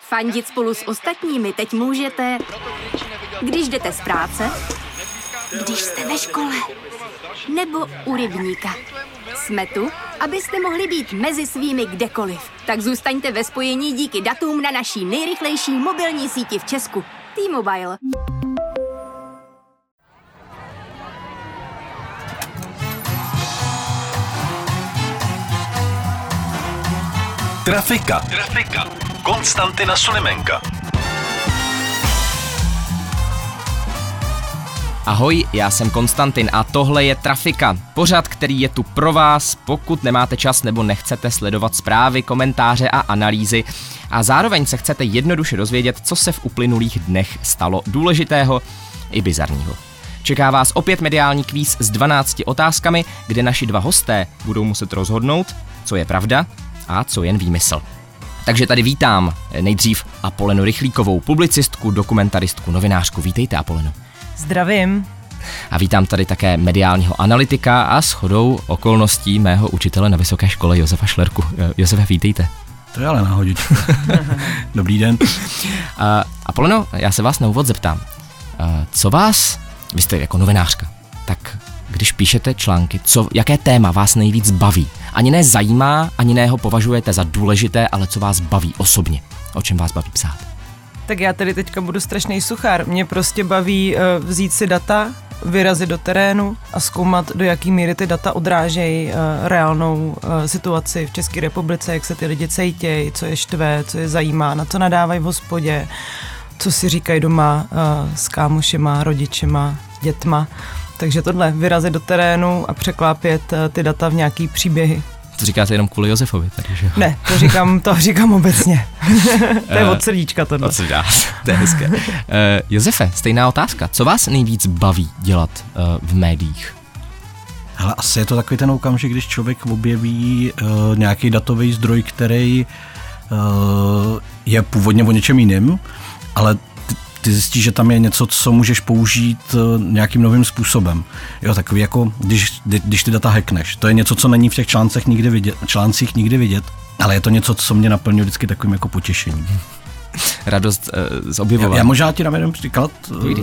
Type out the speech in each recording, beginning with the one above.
Fandit spolu s ostatními teď můžete, když jdete z práce, když jste ve škole, nebo u rybníka. Jsme tu, abyste mohli být mezi svými kdekoliv. Tak zůstaňte ve spojení díky datům na naší nejrychlejší mobilní síti v Česku. T-Mobile. Trafika. Konstantina Sulimenka. Ahoj, já jsem Konstantin a tohle je Trafika, pořad, který je tu pro vás, pokud nemáte čas nebo nechcete sledovat zprávy, komentáře a analýzy a zároveň se chcete jednoduše dozvědět, co se v uplynulých dnech stalo důležitého i bizarního. Čeká vás opět mediální kvíz s 12 otázkami, kde naši dva hosté budou muset rozhodnout, co je pravda a co jen výmysl. Takže tady vítám nejdřív Apolenu Rychlíkovou, publicistku, dokumentaristku, novinářku. Vítejte, Apoleno. Zdravím. A vítám tady také mediálního analytika a shodou okolností mého učitele na vysoké škole Josefa Šlerku. Josefe, vítejte. To je ale náhodička. Dobrý den. Apoleno, já se vás na úvod zeptám. Co vás, vy jste jako novinářka, tak když píšete články, jaké téma vás nejvíc baví? Ani ne zajímá, ani ne ho považujete za důležité, ale co vás baví osobně? O čem vás baví psát? Tak já tady teďka budu strašný suchár. Mě prostě baví vzít si data, vyrazit do terénu a zkoumat, do jaký míry ty data odrážejí reálnou situaci v České republice, jak se ty lidi cítějí, co je štve, co je zajímá, na co nadávají v hospodě, co si říkají doma s kámošema, rodičema, dětma. Takže tohle, vyrazit do terénu a překlápět ty data v nějaký příběhy. To říkáte jenom kvůli Josefovi, takže... Ne, to říkám obecně. To je od srdíčka tohle. Od srdíčka, to je hezké. Josefe, stejná otázka. Co vás nejvíc baví dělat v médiích? Hele, asi je to takový ten okamžik, když člověk objeví nějaký datový zdroj, který je původně o něčem jiným, ale ty zjistíš, že tam je něco, co můžeš použít nějakým novým způsobem. Jo, takový jako, když ty data hackneš. To je něco, co není v těch článcích nikdy vidět, ale je to něco, co mě naplňuje vždycky takovým jako potěšením. Radost z objevování. Já možná ti dám jeden příklad.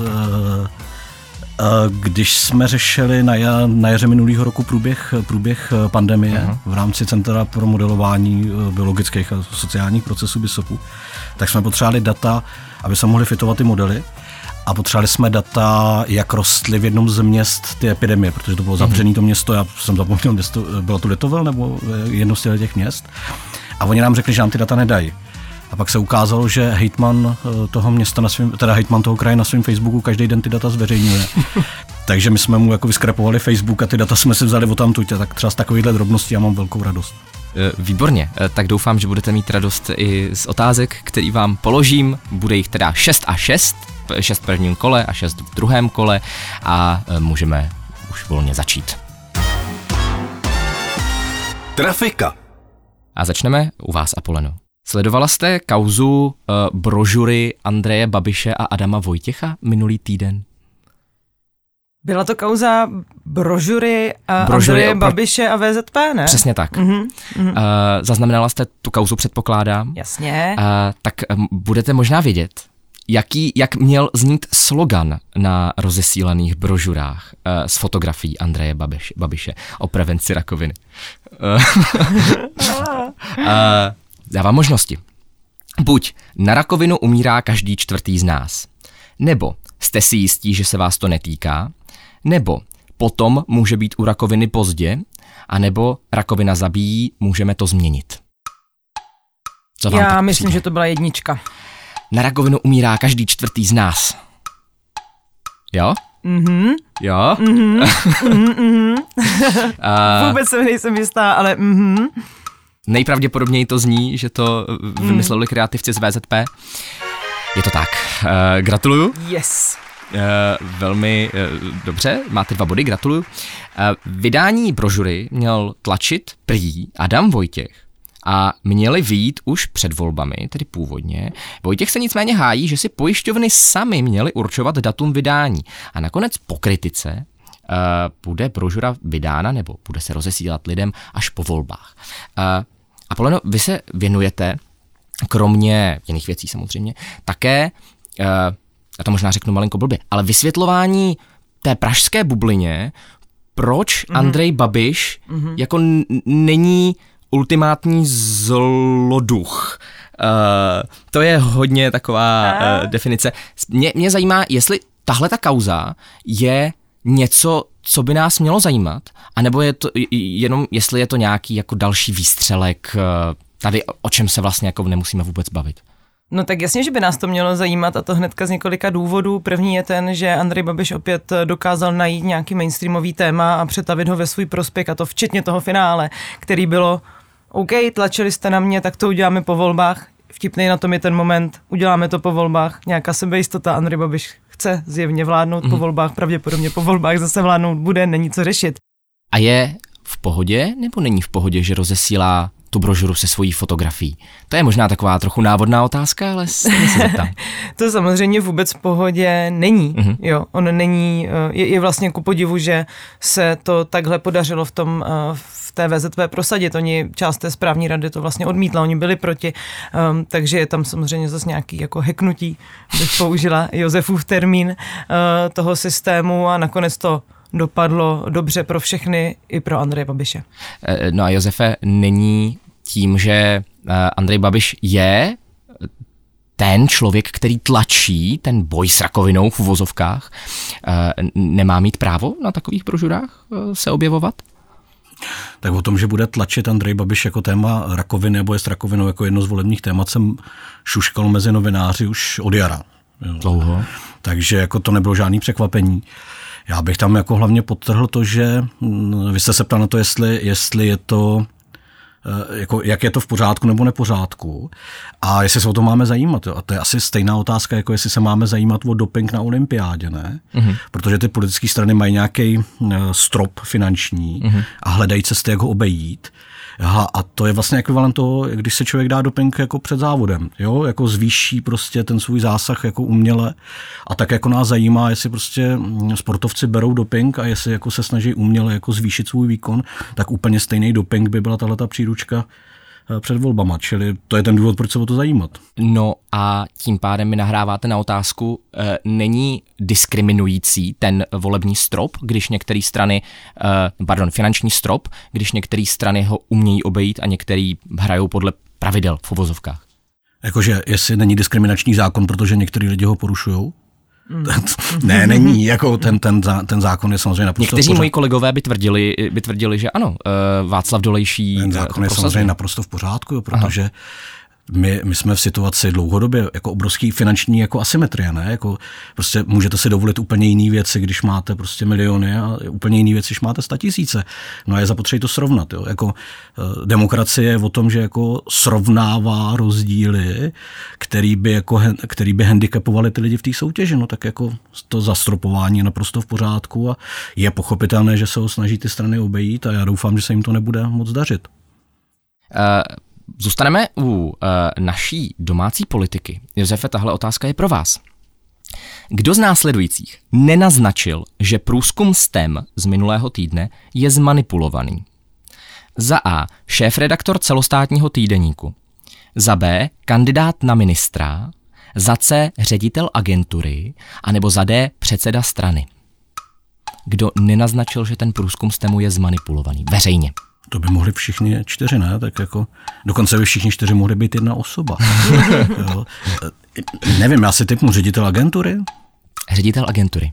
Když jsme řešili na jaře minulého roku průběh pandemie v rámci Centra pro modelování biologických a sociálních procesů BISOPu, tak jsme potřebovali data, aby se mohli fitovat ty modely, a potřebovali jsme data, jak rostly v jednom z měst ty epidemie, protože to bylo zavřené to město, já jsem zapomněl, bylo to Litovel nebo jedno z těch měst, a oni nám řekli, že nám ty data nedají. A pak se ukázalo, že hejtman toho města hejtman toho kraje na svém Facebooku každý den ty data zveřejňuje. Takže my jsme mu jako vyskrepovali Facebook a ty data jsme si vzali odtamtud, tak třeba z takovýchhle drobností já mám velkou radost. Výborně, tak doufám, že budete mít radost i z otázek, který vám položím. Bude jich teda 6 a 6, 6 v prvním kole a 6 v druhém kole a můžeme už volně začít. Trafika. A začneme u vás, Apoleno. Sledovala jste kauzu brožury Andreje Babiše a Adama Vojtěcha minulý týden? Byla to kauza brožury Andreje Babiše a VZP, ne? Přesně tak. Zaznamenala jste tu kauzu, předpokládám? Jasně. Tak budete možná vědět, jak měl znít slogan na rozesílaných brožurách s fotografií Andreje Babiše o prevenci rakoviny. Dávám možnosti. Buď na rakovinu umírá každý čtvrtý z nás, nebo jste si jistí, že se vás to netýká, nebo potom může být u rakoviny pozdě, anebo rakovina zabíjí, můžeme to změnit. Co vám Já myslím, že to byla jednička. Na rakovinu umírá každý čtvrtý z nás. Jo? Jo? Vůbec se nejsem jistá, ale Nejpravděpodobněji to zní, že to vymysleli kreativci z VZP. Je to tak. Gratuluju. Yes. Velmi dobře, máte 2 body, gratuluju. Vydání brožury měl tlačit prý Adam Vojtěch a měli vyjít už před volbami, tedy původně. Vojtěch se nicméně hájí, že si pojišťovny sami měly určovat datum vydání. A nakonec po kritice bude brožura vydána nebo bude se rozesílat lidem až po volbách. Apoleno, vy se věnujete kromě jiných věcí samozřejmě, také, já to možná řeknu malinko blbě, ale vysvětlování té pražské bublině, proč Andrej Babiš jako není ultimátní zloduch. To je hodně taková definice. Mě zajímá, jestli tahle ta kauza je něco, co by nás mělo zajímat, anebo je to jenom, jestli je to nějaký jako další výstřelek tady, o čem se vlastně jako nemusíme vůbec bavit. No tak jasně, že by nás to mělo zajímat a to hnedka z několika důvodů. První je ten, že Andrej Babiš opět dokázal najít nějaký mainstreamový téma a přetavit ho ve svůj prospěch, a to včetně toho finále, který bylo OK, tlačili jste na mě, tak to uděláme po volbách. Vtipnej na tom je ten moment, uděláme to po volbách, nějaká sebejistota, Andrej Babiš chce zjevně vládnout po volbách, pravděpodobně po volbách zase vládnout bude, není co řešit. A je v pohodě nebo není v pohodě, že rozesílá tu brožuru se svojí fotografií? To je možná taková trochu návodná otázka, ale se zeptám. To samozřejmě vůbec v pohodě není. Jo, on není, je vlastně ku podivu, že se to takhle podařilo v té VZP prosadit. Oni část té správní rady to vlastně odmítla, oni byli proti, takže je tam samozřejmě zase nějaký jako hacknutí, bych použila Josefův termín toho systému a nakonec to dopadlo dobře pro všechny, i pro Andreje Babiše. No a Josefe, není tím, že Andrej Babiš je ten člověk, který tlačí ten boj s rakovinou v uvozovkách, nemá mít právo na takových brožurách se objevovat? Tak o tom, že bude tlačit Andrej Babiš jako téma rakoviny, boje s rakovinou jako jedno z volebních témat, jsem šuškal mezi novináři už od jara. Dlouho. Takže jako to nebylo žádný překvapení. Já bych tam jako hlavně podtrhl to, že vy jste se ptal na to, jestli je to, jako, jak je to v pořádku nebo nepořádku a jestli se o to máme zajímat. Jo. A to je asi stejná otázka, jako jestli se máme zajímat o doping na olympiádě, ne? Protože ty politické strany mají nějaký strop finanční a hledají cesty, jak ho obejít. A to je vlastně ekvivalent toho, když se člověk dá doping jako před závodem, jo, jako zvýší prostě ten svůj zásah jako uměle a tak jako nás zajímá, jestli prostě sportovci berou doping a jestli jako se snaží uměle jako zvýšit svůj výkon, tak úplně stejný doping by byla tahleta příručka před volbama, čili to je ten důvod, proč se o to zajímat. No a tím pádem mi nahráváte na otázku, není diskriminující ten volební strop, když některé strany, finanční strop, když některé strany ho umějí obejít a některé hrajou podle pravidel v uvozovkách? Jakože jestli není diskriminační zákon, protože některý lidi ho porušujou? Ne, není, jako ten zákon je samozřejmě naprosto... Někteří moji kolegové by tvrdili, že ano, Václav Dolejší... Ten zákon je samozřejmě naprosto v pořádku, jo, protože my jsme v situaci dlouhodobě jako obrovský finanční jako asymetrie, ne? Jako prostě můžete si dovolit úplně jiné věci, když máte prostě miliony a úplně jiné věci, když máte 100 000. No a je zapotřebí to srovnat, jo? Jako demokracie je o tom, že jako srovnává rozdíly, který by handicapovali ty lidi v té soutěži, no tak jako to zastropování je naprosto v pořádku a je pochopitelné, že se ho snaží ty strany obejít a já doufám, že se jim to nebude moc dařit. Zůstaneme u naší domácí politiky. Josefe, tahle otázka je pro vás. Kdo z následujících nenaznačil, že průzkum STEM z minulého týdne je zmanipulovaný? Za A. Šéfredaktor celostátního týdeníku. Za B. Kandidát na ministra. Za C. Ředitel agentury. A nebo za D. Předseda strany. Kdo nenaznačil, že ten průzkum STEMu je zmanipulovaný? Veřejně. To by mohli všichni 4, ne? Tak jako, dokonce by všichni 4 mohli být jedna osoba. Jo. Nevím, já si tipnu ředitel agentury. Ředitel agentury.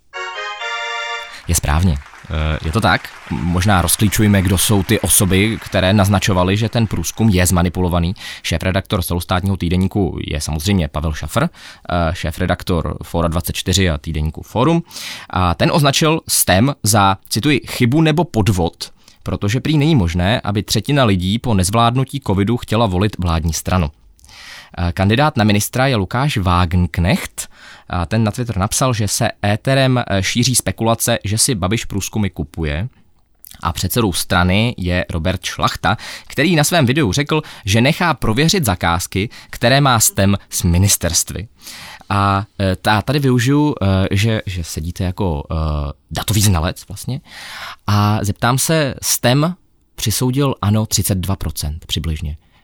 Je správně. Je to tak? Možná rozklíčujeme, kdo jsou ty osoby, které naznačovaly, že ten průzkum je zmanipulovaný. Šéfredaktor celostátního týdeníku je samozřejmě Pavel Šafr, šéfredaktor Fóra 24 a týdeníku Fórum. A ten označil STEM za, cituji, chybu nebo podvod, protože prý není možné, aby 1/3 lidí po nezvládnutí covidu chtěla volit vládní stranu. Kandidát na ministra je Lukáš Wagenknecht. Ten na Twitter napsal, že se éterem šíří spekulace, že si Babiš průzkumy kupuje. A předsedou strany je Robert Šlachta, který na svém videu řekl, že nechá prověřit zakázky, které má STEM s ministerstvy. A tady využiju, že sedíte jako datový znalec vlastně a zeptám se, STEM přisoudil ANO 32% přibližně.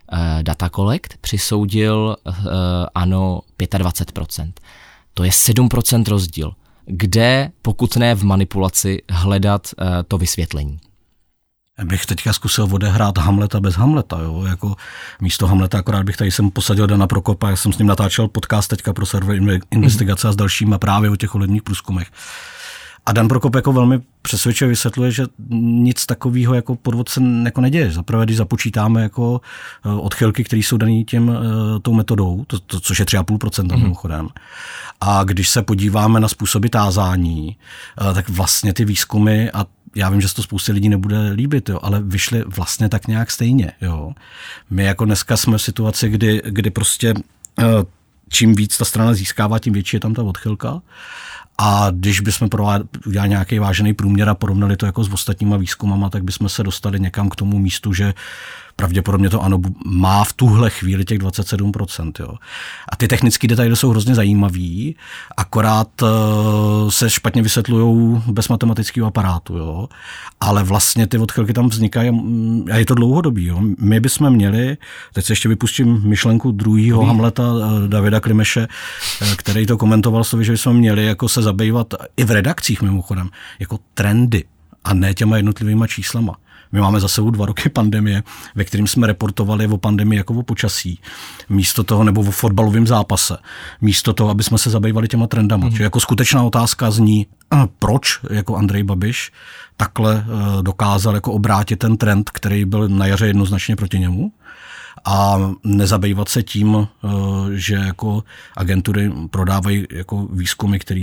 Data Collect přisoudil ANO 25%. To je 7% rozdíl. Kde, pokud ne v manipulaci, hledat to vysvětlení? Bych teďka zkusil odehrát Hamleta bez Hamleta, jo? Jako místo Hamleta akorát bych tady jsem posadil Dana Prokopa, já jsem s ním natáčel podcast teďka pro server Investigace a s dalšíma právě o těch volebních průzkumech. A Dan Prokop jako velmi přesvědčivě vysvětluje, že nic takového jako podvod se jako neděje. Zaprvé, když započítáme jako odchylky, které jsou dané tou metodou, což je 3,5% mimochodem. A když se podíváme na způsoby tázání, tak vlastně ty výzkumy, a já vím, že se to spoustě lidí nebude líbit, jo, ale vyšly vlastně tak nějak stejně. Jo. My jako dneska jsme v situaci, kdy prostě čím víc ta strana získává, tím větší je tam ta odchylka. A když bychom udělali nějaký vážený průměr a porovnali to jako s ostatníma výzkumama, tak bychom se dostali někam k tomu místu, že pravděpodobně to ANO má v tuhle chvíli těch 27%. Jo. A ty technické detaily jsou hrozně zajímavý, akorát se špatně vysvětlujou bez matematického aparátu. Jo. Ale vlastně ty odchylky tam vznikají a je to dlouhodobý. Jo. My bychom měli, teď se ještě vypustím myšlenku druhého Hamleta Davida Klimeše, který to komentoval slovy, že bychom měli jako se zabývat i v redakcích mimochodem, jako trendy a ne těma jednotlivýma číslama. My máme za sebou 2 roky pandemie, ve kterým jsme reportovali o pandemii jako o počasí, místo toho, nebo o fotbalovém zápase, místo toho, aby jsme se zabývali těma trendama. Čiže jako skutečná otázka zní, proč jako Andrej Babiš takhle dokázal jako obrátit ten trend, který byl na jaře jednoznačně proti němu, a nezabývat se tím, že jako agentury prodávají jako výzkumy, které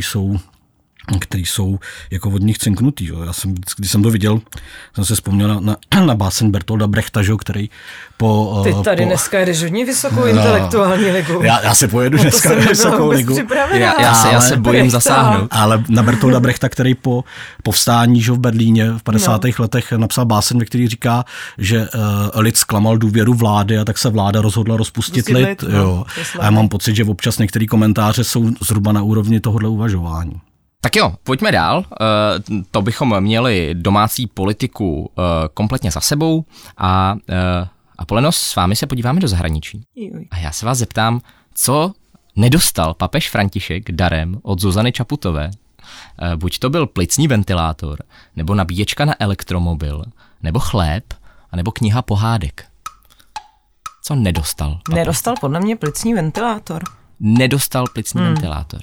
jsou jako od nich cinknutý. Jo. Když jsem to viděl, jsem se vzpomněl na báseň Bertolda Brechta, že, který Ty tady dneska jdeš hodně vysokou intelektuální ligu. Já si pojedu dneska na vysokou ligu. Já se bojím zasáhnout. Ale na Bertolda Brechta, který po povstání v Berlíně v 50. letech napsal báseň, ve který říká, že lid zklamal důvěru vlády a tak se vláda rozhodla rozpustit lid. Jo. A já mám pocit, že občas některé komentáře jsou zhruba na úrovni tohohle uvažování. Tak jo, pojďme dál. To bychom měli domácí politiku kompletně za sebou a Apoleno, s vámi se podíváme do zahraničí. A já se vás zeptám, co nedostal papež František darem od Zuzany Čaputové? Buď to byl plicní ventilátor, nebo nabíječka na elektromobil, nebo chléb, anebo kniha pohádek. Co nedostal papež? Nedostal podle mě plicní ventilátor. Nedostal plicní ventilátor.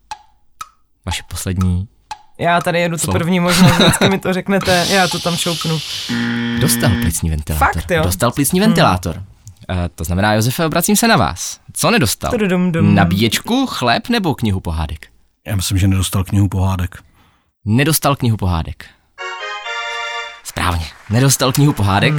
Vaše poslední. Já tady jedu tu první možnost, vždycky mi to řeknete, já to tam šoupnu. Dostal plicní ventilátor. Fakt, jo? Dostal plicní ventilátor. To znamená, Josefe, obracím se na vás. Co nedostal? Nabíječku, chléb nebo knihu pohádek? Já myslím, že nedostal knihu pohádek. Nedostal knihu pohádek. Správně, nedostal knihu pohádek.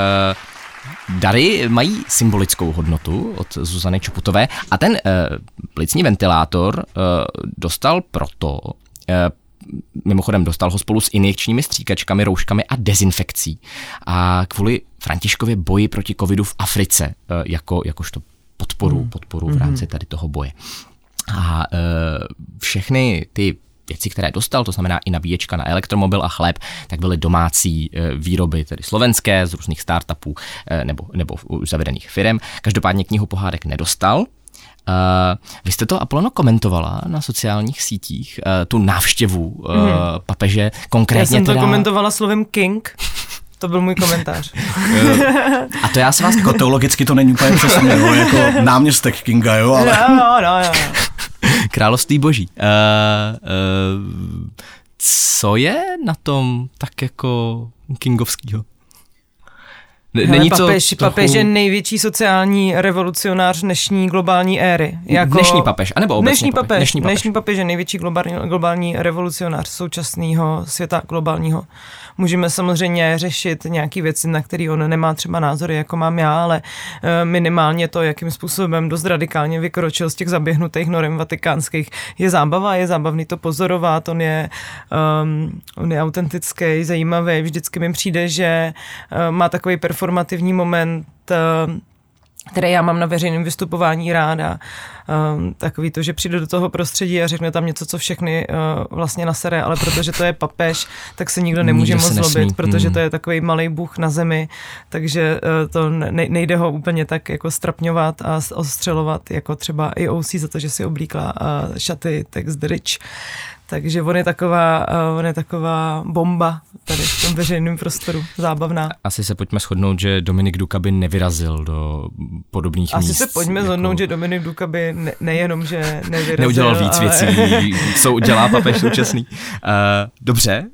Dary mají symbolickou hodnotu od Zuzany Čaputové a ten plicní ventilátor dostal proto, mimochodem dostal ho spolu s injekčními stříkačkami, rouškami a dezinfekcí a kvůli Františkově boji proti covidu v Africe, jakožto podporu v rámci tady toho boje. A všechny ty věci, které dostal, to znamená i nabíječka na elektromobil a chléb, tak byly domácí výroby, tedy slovenské, z různých startupů nebo už zavedených firem. Každopádně knihu pohádek nedostal. Vy jste to, Apoleno, komentovala na sociálních sítích, tu návštěvu papeže, konkrétně já jsem to teda... komentovala slovem King. To byl můj komentář. A to já se vás... Jako teologicky to není úplně přesně, jo, jako náměstek Kinga, jo, ale... No. Království boží. Co je na tom tak jako kingovskýho? Není papež je největší sociální revolucionář dnešní globální éry. Dnešní papež, anebo obecně Dnešní papež je největší globální revolucionář současného světa globálního. Můžeme samozřejmě řešit nějaké věci, na které on nemá třeba názory, jako mám já, ale minimálně to, jakým způsobem dost radikálně vykročil z těch zaběhnutých norem vatikánských, je zábava, je zábavný to pozorovat, on je autentický, zajímavý, vždycky mi přijde, že má takový performativní moment, který já mám na veřejném vystupování ráda. takový to, že přijde do toho prostředí a řekne tam něco, co všechny vlastně nasere, ale protože to je papež, tak se nikdo nemůže moc zlobit, protože to je takový malej bůh na zemi, takže to nejde ho úplně tak jako strapňovat a ostřelovat, jako třeba AOC za to, že si oblíkla šaty Tax the Rich. Takže on je taková bomba tady v tom veřejném prostoru, zábavná. Asi se pojďme shodnout, že Dominik Duka by nevyrazil do podobných míst. Asi se pojďme shodnout, že Dominik Duka by nejenom, že nevyrazil. Neudělal víc věcí, co dělá papež současný. Dobře,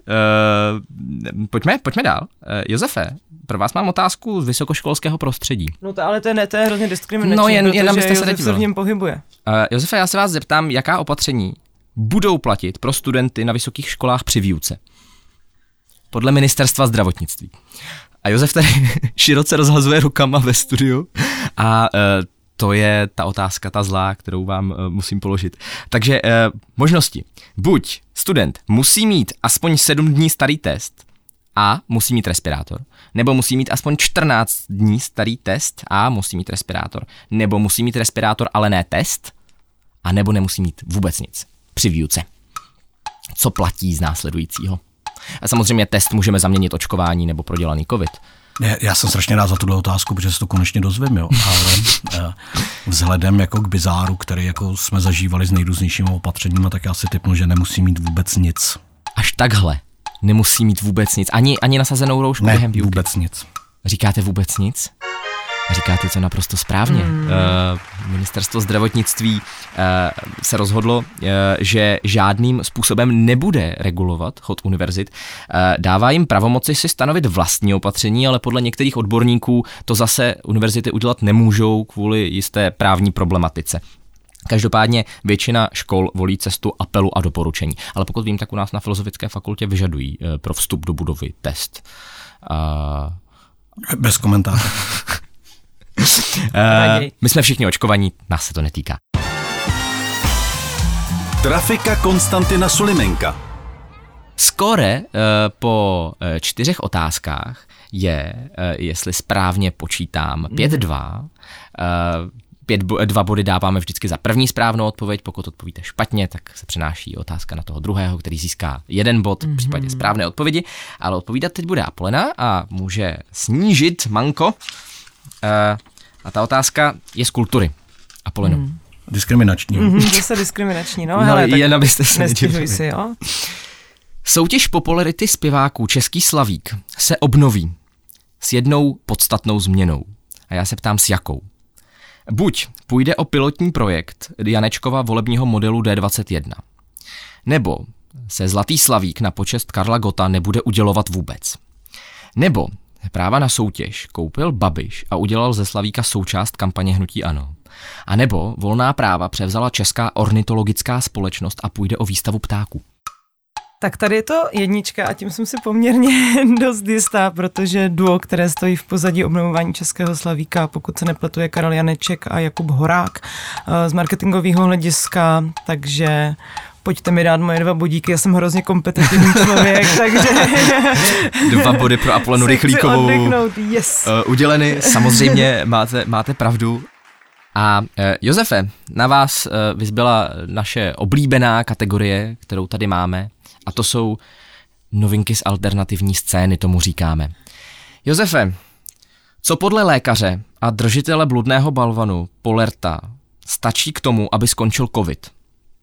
pojďme dál. Josefe, pro vás mám otázku z vysokoškolského prostředí. No ale to je hrozně diskriminační, no, jen protože Josef se v něm pohybuje. Josefe, já se vás zeptám, jaká opatření budou platit pro studenty na vysokých školách při výuce. Podle ministerstva zdravotnictví. A Josef tady široce rozhazuje rukama ve studiu a to je ta otázka, ta zlá, kterou vám musím položit. Takže možnosti. Buď student musí mít aspoň 7 dní starý test a musí mít respirátor, nebo musí mít aspoň 14 dní starý test a musí mít respirátor, nebo musí mít respirátor, ale ne test, a nebo nemusí mít vůbec nic při výuce. Co platí z následujícího? A samozřejmě test můžeme zaměnit očkování nebo prodělaný covid. Já jsem strašně rád za tuhle otázku, protože se to konečně dozvím, jo. Ale vzhledem jako k bizáru, který jako jsme zažívali s nejrůznějšími opatřeními, tak já si tipnu, že nemusí mít vůbec nic. Až takhle? Nemusí mít vůbec nic? Ani nasazenou roušku během výuky? Vůbec nic. Říkáte vůbec nic? Říkáte to naprosto správně. Ministerstvo zdravotnictví se rozhodlo, že žádným způsobem nebude regulovat chod univerzit. Dává jim pravomoci si stanovit vlastní opatření, ale podle některých odborníků to zase univerzity udělat nemůžou kvůli jisté právní problematice. Každopádně většina škol volí cestu apelu a doporučení. Ale pokud vím, tak u nás na Filozofické fakultě vyžadují pro vstup do budovy test. Bez komentáře. My jsme všichni očkovaní, nás se to netýká. Trafika Konstantina Sulimenka. Skóre po 4 otázkách je, jestli správně počítám, 5-2. 2 body dáváme vždycky za první správnou odpověď, pokud odpovíte špatně, tak se přenáší otázka na toho druhého, který získá 1 bod v případě správné odpovědi, ale odpovídat teď bude Apolena a může snížit manko. A ta otázka je z kultury. Apoleno. Diskriminační. Zase diskriminační, no hele, tak jen abyste se nestěžuj si, jo. Soutěž popularity zpěváků Český Slavík se obnoví s jednou podstatnou změnou. A já se ptám, s jakou? Buď půjde o pilotní projekt Janečkova volebního modelu D21, nebo se Zlatý Slavík na počest Karla Gotta nebude udělovat vůbec. Nebo práva na soutěž koupil Babiš a udělal ze Slavíka součást kampaně hnutí ANO. A nebo volná práva převzala Česká ornitologická společnost a půjde o výstavu ptáků. Tak tady je to 1 a tím jsem si poměrně dost jistá, protože duo, které stojí v pozadí obnovování Českého Slavíka, pokud se nepletu, je Karel Janeček a Jakub Horák z marketingového hlediska, takže pojďte mi dát moje 2 bodíky, já jsem hrozně kompetitivní člověk, takže 2 body pro Apolenu Rychlíkovou. Yes. Uděleny, samozřejmě máte pravdu. A Josefe, na vás vyzbyla naše oblíbená kategorie, kterou tady máme, a to jsou novinky z alternativní scény, tomu říkáme. Josefe, co podle lékaře a držitele bludného balvanu Polerta stačí k tomu, aby skončil covid?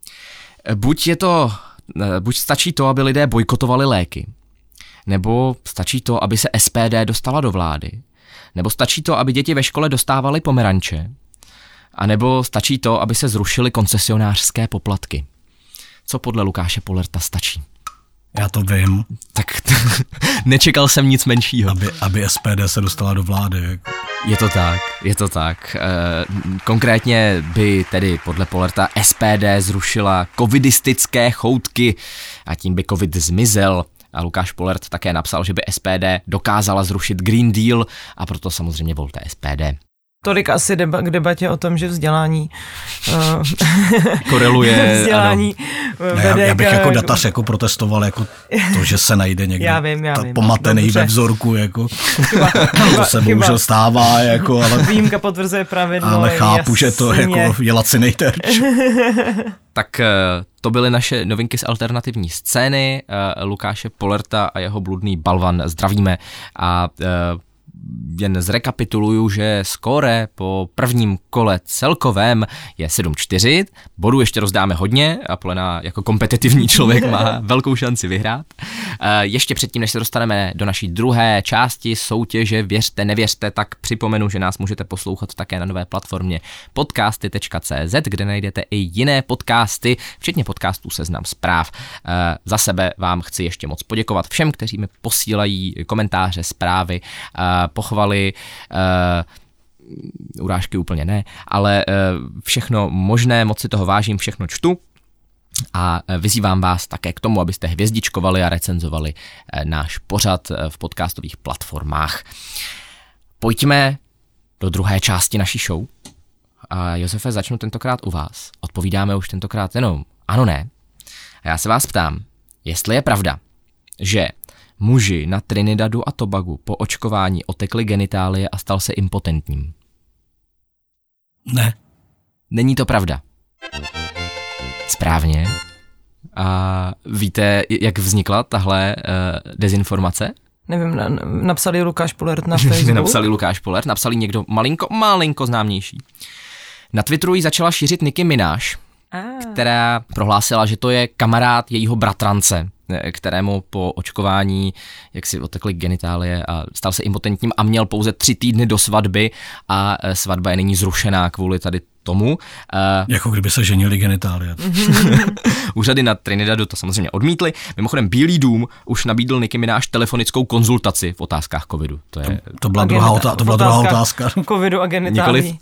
Buď stačí to, aby lidé bojkotovali léky, nebo stačí to, aby se SPD dostala do vlády, nebo stačí to, aby děti ve škole dostávaly pomeranče, a nebo stačí to, aby se zrušily koncesionářské poplatky. Co podle Lukáše Polerta stačí? Já to vím. Tak nečekal jsem nic menšího. Aby SPD se dostala do vlády. Je to tak. Konkrétně by tedy podle Polerta SPD zrušila covidistické choutky a tím by covid zmizel. A Lukáš Polert také napsal, že by SPD dokázala zrušit Green Deal a proto samozřejmě volte SPD. Tolik asi k debatě o tom, že vzdělání koreluje. Vzdělání vede já bych jako datař jako protestoval jako to, že se najde někde já vím, pomatený ve vzorku, jako to se bohužel stává, jako, ale výjimka potvrzuje pravidlo. Ale chápu, že to jako je lacinej terč. Tak to byly naše novinky z alternativní scény, Lukáše Polerta a jeho bludný balvan zdravíme a jen zrekapituluju, že skóre po prvním kole celkovém je 7-4, bodů ještě rozdáme hodně a Polena jako kompetitivní člověk má velkou šanci vyhrát. Ještě předtím, než se dostaneme do naší druhé části soutěže Věřte, nevěřte, tak připomenu, že nás můžete poslouchat také na nové platformě podcasty.cz, kde najdete i jiné podcasty, včetně podcastů Seznam zpráv. Za sebe vám chci ještě moc poděkovat všem, kteří mi posílají komentáře, zprávy, pochvaly, urážky úplně ne, ale všechno možné, moc si toho vážím, všechno čtu a vyzývám vás také k tomu, abyste hvězdičkovali a recenzovali náš pořad v podcastových platformách. Pojďme do druhé části naší show. A Josefe, začnu tentokrát u vás. Odpovídáme už tentokrát jenom ano, ne. A já se vás ptám, jestli je pravda, že muži na Trinidadu a Tobagu po očkování otekli genitálie a stal se impotentním. Ne. Není to pravda. Správně. A víte, jak vznikla tahle dezinformace? Nevím, napsali Lukáš Polert na Facebooku? Nenapsali Lukáš Polert, napsali někdo malinko známější. Na Twitteru ji začala šířit Nicki Minaj, která prohlásila, že to je kamarád jejího bratrance, kterému po očkování jak si otekly genitálie a stal se impotentním a měl pouze 3 týdny do svatby a svatba je nyní zrušená kvůli tady tomu. Jako kdyby se ženili genitálie. Úřady na Trinidadu to samozřejmě odmítly. Mimochodem Bílý dům už nabídl Nicki Minaj telefonickou konzultaci v otázkách covidu. To byla druhá otázka. Covidu a genitálí.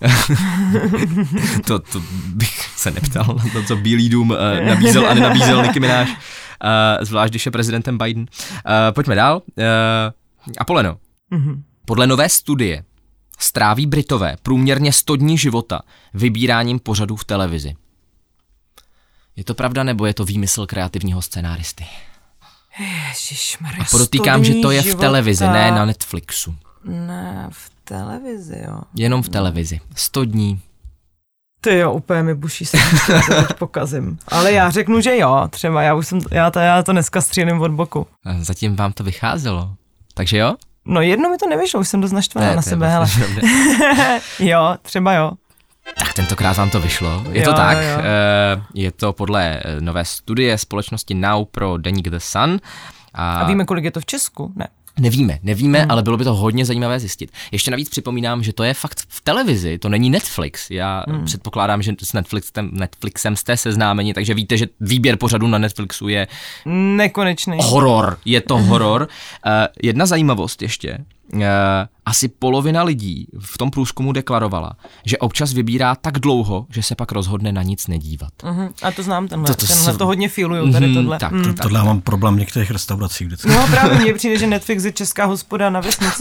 To bych se neptal na to, co Bílý dům nabízel a nenabízel Nicki Minaj. Zvlášť, když je prezidentem Biden. Pojďme dál. Apoleno. Podle nové studie stráví Britové průměrně 100 dní života vybíráním pořadů v televizi. Je to pravda, nebo je to výmysl kreativního scenáristy? Ježišmarja, a podotýkám, že to je v televizi, života. ne na Netflixu. Ne, v televizi, jo. Jenom v televizi. 100 dní. Ty jo, úplně mi buší se, teď pokazím. Ale já řeknu, že jo, třeba já to dneska střílím od boku. Zatím vám to vycházelo, takže jo? No jedno mi to nevyšlo, už jsem dost naštvaná na sebe, hele. Jo, třeba jo. Tak tentokrát vám to vyšlo. Je to tak, je to podle nové studie společnosti Now pro deník The Sun. A víme, kolik je to v Česku? Ne. Nevíme, ale bylo by to hodně zajímavé zjistit. Ještě navíc připomínám, že to je fakt v televizi, to není Netflix. Já předpokládám, že s Netflixem jste seznámeni, takže víte, že výběr pořadu na Netflixu je nekonečný. Horor, je to horor. Jedna zajímavost ještě. Asi polovina lidí v tom průzkumu deklarovala, že občas vybírá tak dlouho, že se pak rozhodne na nic nedívat. A to znám, tenhle to hodně filuju, tady tohle. Tohle mám problém v některých restauracích vždycky. No právě mně přijde, že Netflix je česká hospoda na vesnici.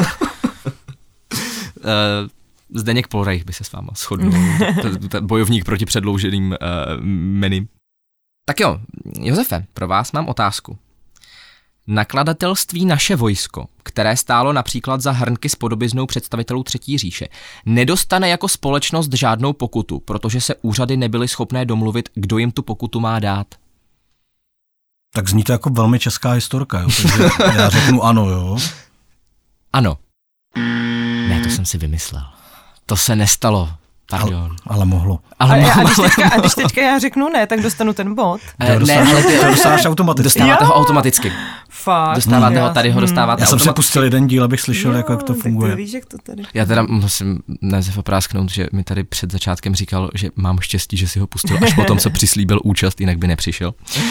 Zdeněk Polreich by se s váma shodnul. Bojovník proti předlouženým menu. Tak jo, Josefe, pro vás mám otázku. Nakladatelství Naše vojsko, které stálo například za hrnky s podobiznou představitelů Třetí říše, nedostane jako společnost žádnou pokutu, protože se úřady nebyly schopné domluvit, kdo jim tu pokutu má dát. Tak zní to jako velmi česká historka, jo? Takže já řeknu ano, jo? Ano. Ne, to jsem si vymyslel. To se nestalo. Pardon. Ale mohlo. A když teďka já řeknu ne, tak dostanu ten bod. Ne, ale ty to dostáváš automaticky. Dostáváte ho automaticky. Fakt. Dostáváte ho, tady ho dostáváte Já jsem automaticky. si pustil jeden díl, abych slyšel, jak to funguje. Tak víš, jak to tady. Já teda musím Nezef oprásknout, že mi tady před začátkem říkal, že mám štěstí, že si ho pustil až potom, co přislíbil účast, jinak by nepřišel.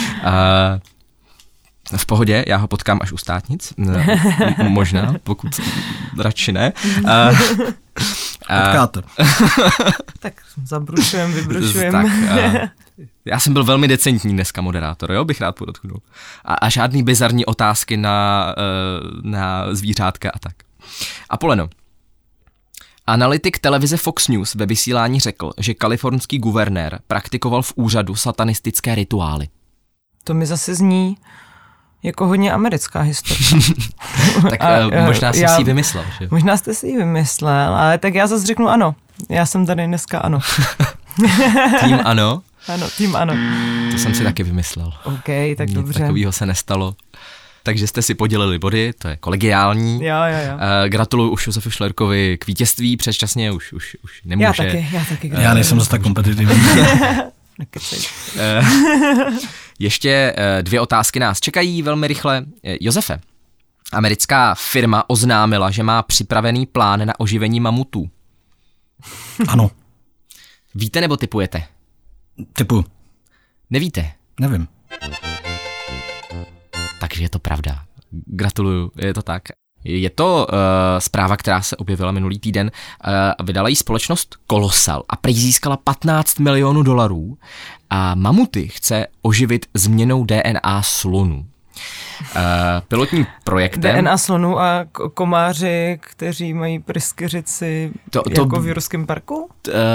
V pohodě, já ho potkám až u státnic. Možná, pokud radši ne. Potkáte. Tak vybrušujem. Tak, já jsem byl velmi decentní dneska moderátor, jo, bych rád podotknul. A žádný bizarní otázky na zvířátka a tak. Apoleno, Analytik televize Fox News ve vysílání řekl, že kalifornský guvernér praktikoval v úřadu satanistické rituály. To mi zase zní jako hodně americká historie. Tak možná jsem si ji vymyslel. Že? Možná jste si ji vymyslel, ale tak já zase řeknu ano. Já jsem tady dneska ano. Tým ano? Ano, tým ano. To jsem si taky vymyslel. OK, tak Nic dobře. takového se nestalo. Takže jste si podělili body, to je kolegiální. Jo. Gratuluju už Josefu Šlerkovi k vítězství, předčasně už nemůže. Já taky. Já nejsem zase tak kompetitivní. Ještě 2 otázky nás čekají velmi rychle. Josefe, americká firma oznámila, že má připravený plán na oživení mamutů. Ano. Víte nebo tipujete? Typu. Nevíte? Nevím. Takže je to pravda. Gratuluju, je to tak. Je to zpráva, která se objevila minulý týden. Vydala jí společnost Colossal a prý získala $15 milionů a mamuty chce oživit změnou DNA slonů. Pilotním projektem... DNA slonů a komáři, kteří mají pryskyřici jako v Jurském parku?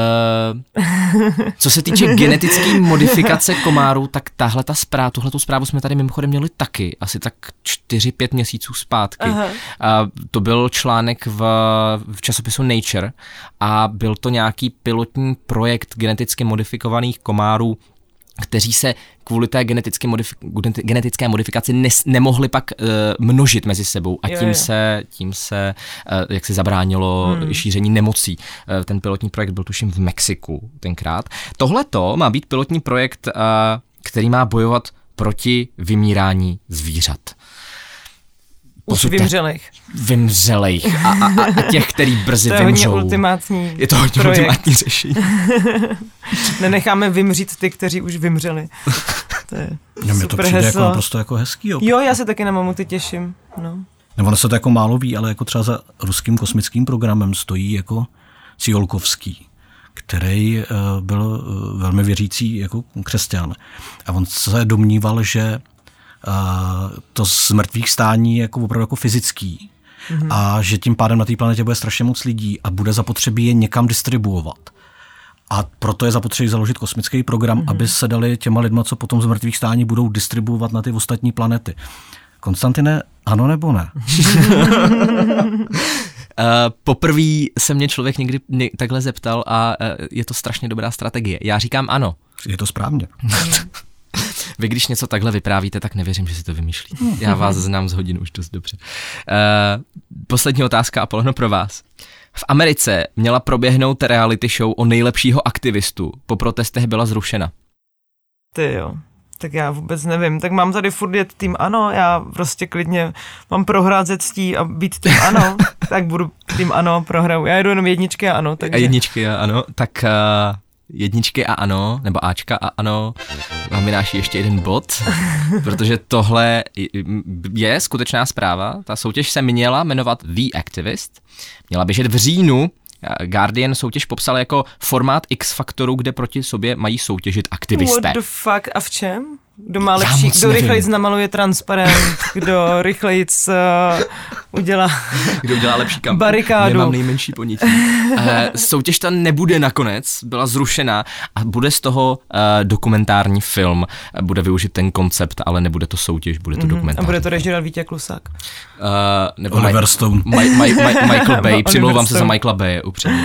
Co se týče genetické modifikace komárů, tak tuhletu zprávu jsme tady mimochodem měli taky, asi tak 4-5 měsíců zpátky. To byl článek v časopisu Nature a byl to nějaký pilotní projekt geneticky modifikovaných komárů, kteří se kvůli té genetické modifikaci nemohli pak množit mezi sebou a tím se jak se zabránilo šíření nemocí. Ten pilotní projekt byl tuším v Mexiku tenkrát. Tohleto má být pilotní projekt, který má bojovat proti vymírání zvířat. Už vymřelejch a těch, který brzy vymřou. Je to hodně ultimátní řešení. Nenecháme vymřít ty, kteří už vymřeli. To je Mně to přijde jako naprosto jako hezký. Jo, já se taky na mamuty těším. No. Ono se to jako málo ví, ale jako třeba za ruským kosmickým programem stojí jako Tsiolkovský, který byl velmi věřící jako křesťan. A on se domníval, že to z mrtvých stání je jako opravdu jako fyzický a že tím pádem na té planetě bude strašně moc lidí a bude zapotřebí je někam distribuovat. A proto je zapotřebí založit kosmický program, aby se dali těma lidma, co potom z mrtvých stání budou distribuovat na ty ostatní planety. Konstantine, ano nebo ne? Poprvé se mě člověk někdy takhle zeptal a je to strašně dobrá strategie. Já říkám ano. Je to správně. Vy, když něco takhle vyprávíte, tak nevěřím, že si to vymýšlíte. Já vás znám z hodin už dost dobře. Poslední otázka, Apollono, pro vás. V Americe měla proběhnout reality show o nejlepšího aktivistu. Po protestech byla zrušena. Ty jo, tak já vůbec nevím. Tak mám tady furt jet tým ano, já prostě klidně mám prohrát ze ctí a být tým ano, tak budu tým ano, prohraju. Já jedu jenom jedničky a ano. Takže... A jedničky a ano, tak... jedničky a ano, nebo Ačka a ano, vám vynáší ještě jeden bod, protože tohle je skutečná zpráva. Ta soutěž se měla jmenovat The Activist, měla běžet v říjnu. Guardian soutěž popsal jako formát X Faktoru, kde proti sobě mají soutěžit aktivisté. What the fuck, a v čem? Kdo rychlejc namaluje transparent, kdo rychlejc udělá lepší kampaň. Barikádu. Nemám nejmenší ponětí. Soutěž ta nebude nakonec, byla zrušena a bude z toho dokumentární film. Bude využit ten koncept, ale nebude to soutěž, bude to dokumentární. A bude to režírovat Vítě Klusák. Nebo Oliver Stone. Michael Bay, přimlouvám se za Michaela Baye, upřímně.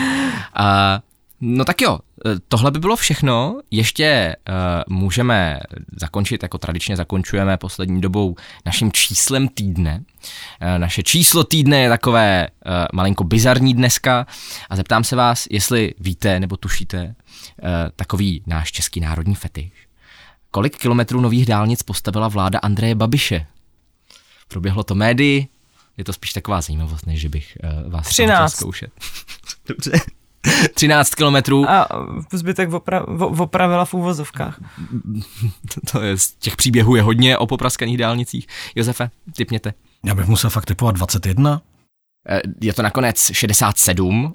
No tak jo, tohle by bylo všechno. Ještě můžeme zakončit, jako tradičně zakončujeme poslední dobou naším číslem týdne. Naše číslo týdne je takové malinko bizarní dneska a zeptám se vás, jestli víte nebo tušíte takový náš český národní fetiš. Kolik kilometrů nových dálnic postavila vláda Andreje Babiše? Proběhlo to médii, je to spíš taková zajímavost, než že bych vás 13. chtěl zkoušet. Dobře. 13 kilometrů. A zbytek opravila v úvozovkách. To je, z těch příběhů je hodně o popraskaných dálnicích. Josefe, tipněte. Já bych musel fakt tipovat 21. Je to nakonec 67.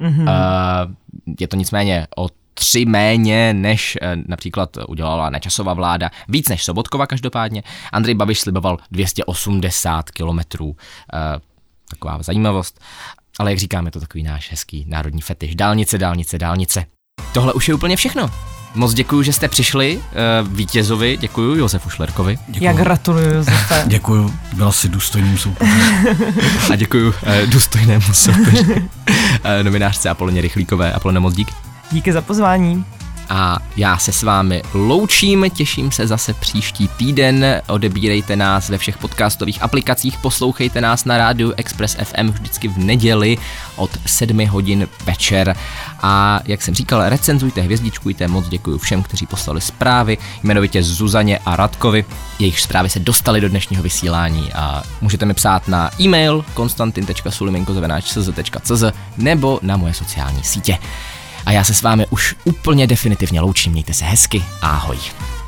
Je to nicméně o 3 méně, než například udělala Nečasova vláda. Víc než Sobotkova každopádně. Andrej Babiš sliboval 280 kilometrů. Taková zajímavost. ale jak říkáme, to takový náš hezký národní fetiš. Dálnice, dálnice, dálnice. Tohle už je úplně všechno. Moc děkuju, že jste přišli. Vítězovi děkuju, Josefu Šlerkovi. Děkuju. Já gratuluju, Josefe. Děkuju, byla si důstojným soupeřem. A děkuju důstojnému soupeři. Novinářce Apoloně Rychlíkové. Apolone, moc díky. Díky za pozvání. A já se s vámi loučím, těším se zase příští týden, odebírejte nás ve všech podcastových aplikacích, poslouchejte nás na rádiu Express FM vždycky v neděli od 7 hodin večer a jak jsem říkal, recenzujte, hvězdičkujte, moc děkuji všem, kteří poslali zprávy, jmenovitě Zuzaně a Radkovi, jejich zprávy se dostaly do dnešního vysílání a můžete mi psát na e-mail konstantin.sulimenko@cz.cz nebo na moje sociální sítě. A já se s vámi už úplně definitivně loučím, mějte se hezky, ahoj.